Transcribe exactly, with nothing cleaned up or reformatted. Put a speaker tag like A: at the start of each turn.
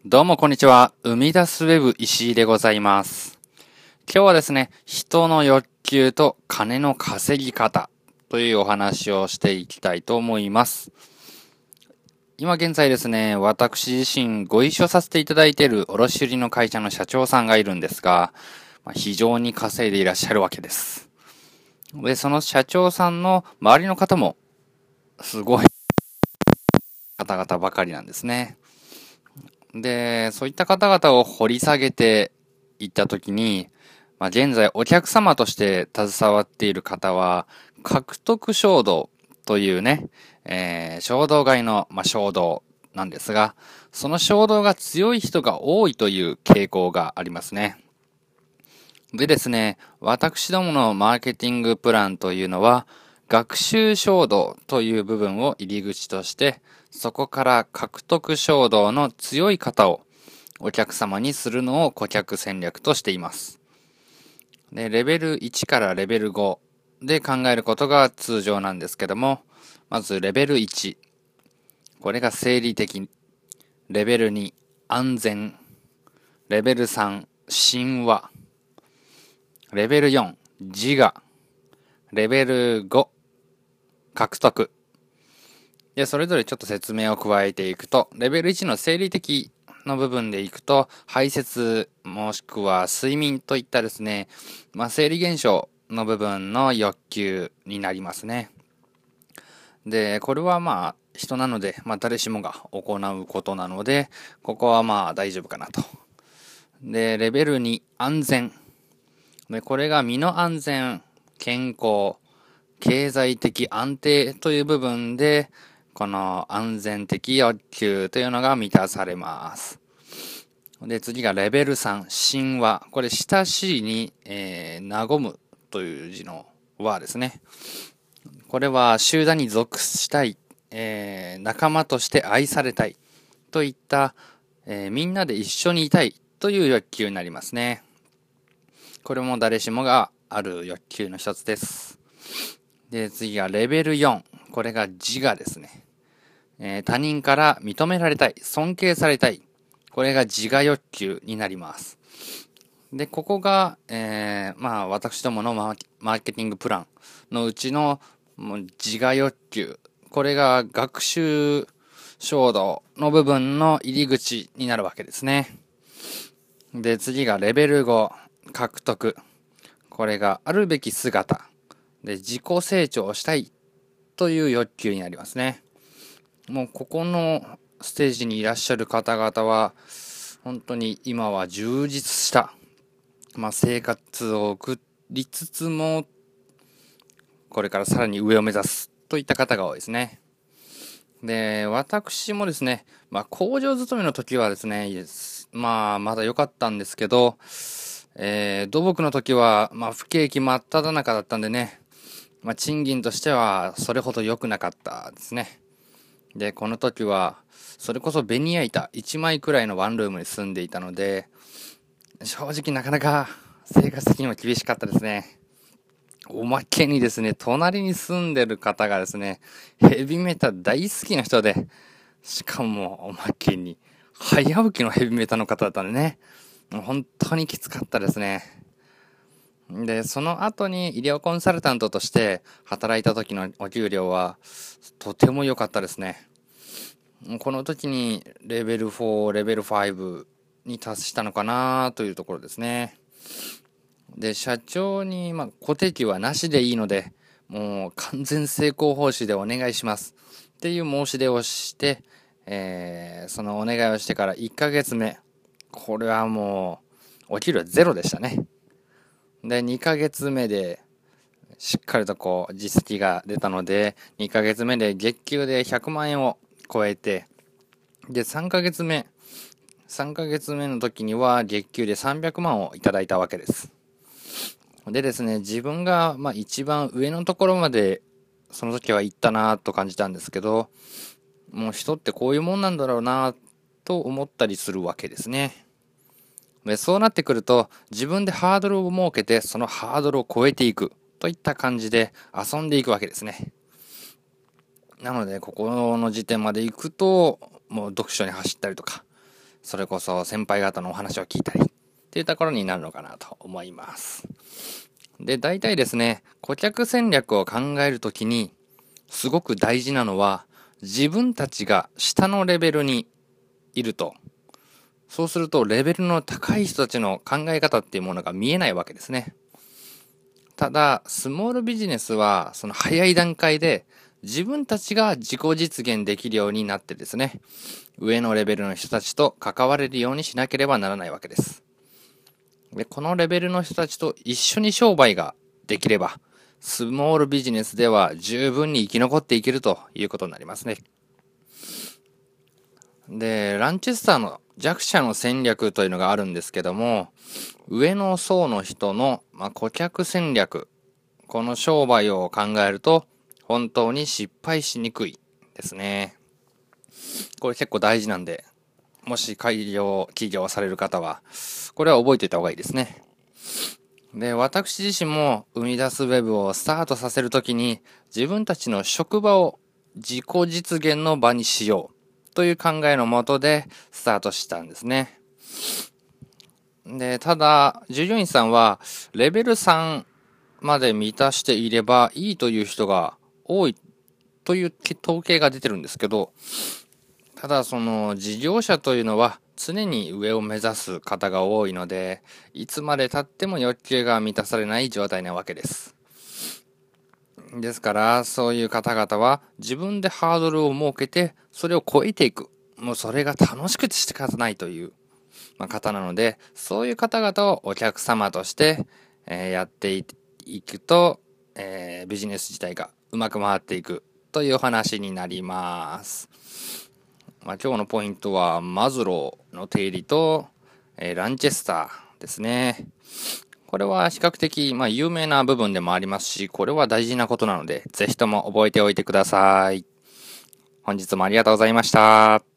A: どうもこんにちは。生み出すウェブ石井でございます。今日はですね、人の欲求と金の稼ぎ方というお話をしていきたいと思います。今現在ですね、私自身ご一緒させていただいている卸売の会社の社長さんがいるんですが、非常に稼いでいらっしゃるわけです。で、その社長さんの周りの方もすごい方々ばかりなんですね。で、そういった方々を掘り下げていったときに、まあ、現在お客様として携わっている方は、獲得衝動というね、えー、衝動買いの、まあ、衝動なんですが、その衝動が強い人が多いという傾向がありますね。でですね、私どものマーケティングプランというのは、学習衝動という部分を入り口として、そこから獲得衝動の強い方をお客様にするのを顧客戦略としています。で、レベルいちからレベルごで考えることが通常なんですけども、まずレベルいち。これが生理的。レベルに、安全。レベルさん、神話。レベルよん、自我。レベルご、獲得。で、それぞれちょっと説明を加えていくと、レベルいちの生理的の部分でいくと、排泄もしくは睡眠といったですね、まあ、生理現象の部分の欲求になりますね。で、これはまあ人なので、まあ誰しもが行うことなので、ここはまあ大丈夫かなと。で、レベルに、安全。で、これが身の安全、健康、経済的安定という部分で、この安全的欲求というのが満たされます。で、次がレベルさん、神話。これ、親しいに、えー、和むという字の和ですね。これは集団に属したい、えー、仲間として愛されたいといった、えー、みんなで一緒にいたいという欲求になりますね。これも誰しもがある欲求の一つです。で、次がレベルよん。これが自我ですね。えー、他人から認められたい、尊敬されたい。これが自我欲求になります。で、ここが、えー、まあ、私どものマーケティングプランのうちのもう自我欲求。これが学習衝動の部分の入り口になるわけですね。で、次がレベルご、獲得。これがあるべき姿。で、自己成長したいという欲求になりますね。もうここのステージにいらっしゃる方々は、本当に今は充実した、まあ、生活を送りつつも、これからさらに上を目指すといった方が多いですね。で、私もですね、まあ、工場勤めの時はですね、いいです。まあ、まだ良かったんですけど、えー、土木の時は、まあ、不景気真っ只中だったんでね、まあ、賃金としてはそれほど良くなかったですね。で、この時は、それこそベニヤ板いちまいくらいのワンルームに住んでいたので、正直なかなか生活的にも厳しかったですね。おまけにですね、隣に住んでる方がですね、ヘビメタ大好きな人で、しかもおまけに、早起きのヘビメタの方だったんでね、もう本当にきつかったですね。で、その後に医療コンサルタントとして働いた時のお給料はとても良かったですね。この時にレベルフォー、レベルファイブに達したのかなというところですね。で、社長に、まあ、固定給はなしでいいので、もう完全成功報酬でお願いしますっていう申し出をして、えー、そのお願いをしてからいっかげつめ、これはもうお給料ゼロでしたね。で、にかげつめでしっかりとこう実績が出たので、にかげつめで月給でひゃくまんえんを超えて、で、さんかげつめ、さんかげつめの時には月給でさんびゃくまんをいただいたわけです。でですね、自分がまあ一番上のところまでその時は行ったなと感じたんですけど、もう人ってこういうもんなんだろうなと思ったりするわけですね。で、そうなってくると自分でハードルを設けてそのハードルを超えていくといった感じで遊んでいくわけですね。なのでここの時点まで行くともう読書に走ったりとか、 それこそ先輩方のお話を聞いたりっていうところになるのかなと思います。で、大体ですね、顧客戦略を考えるときにすごく大事なのは、自分たちが下のレベルにいると、そうするとレベルの高い人たちの考え方っていうものが見えないわけですね。ただ、スモールビジネスはその早い段階で自分たちが自己実現できるようになってですね、上のレベルの人たちと関われるようにしなければならないわけです。で、このレベルの人たちと一緒に商売ができれば、スモールビジネスでは十分に生き残っていけるということになりますね。で、ランチェスターの弱者の戦略というのがあるんですけども、上の層の人の、まあ、顧客戦略、この商売を考えると本当に失敗しにくいですね。これ結構大事なんで、もし開業、起業される方は、これは覚えておいた方がいいですね。で、私自身も生み出すウェブをスタートさせるときに、自分たちの職場を自己実現の場にしようという考えのもとでスタートしたんですね。で、ただ、従業員さんはレベルさんまで満たしていればいいという人が多いという統計が出てるんですけど、ただその事業者というのは常に上を目指す方が多いので、いつまで経っても欲求が満たされない状態なわけです。ですからそういう方々は自分でハードルを設けてそれを超えていく、もうそれが楽しくて仕方ないという、まあ、方なので、そういう方々をお客様として、えー、やっていくと、えー、ビジネス自体がうまく回っていくというお話になります。まあ、今日のポイントはマズローの定理と、えー、ランチェスターですね。これは比較的、まあ、有名な部分でもありますし、これは大事なことなので、ぜひとも覚えておいてください。本日もありがとうございました。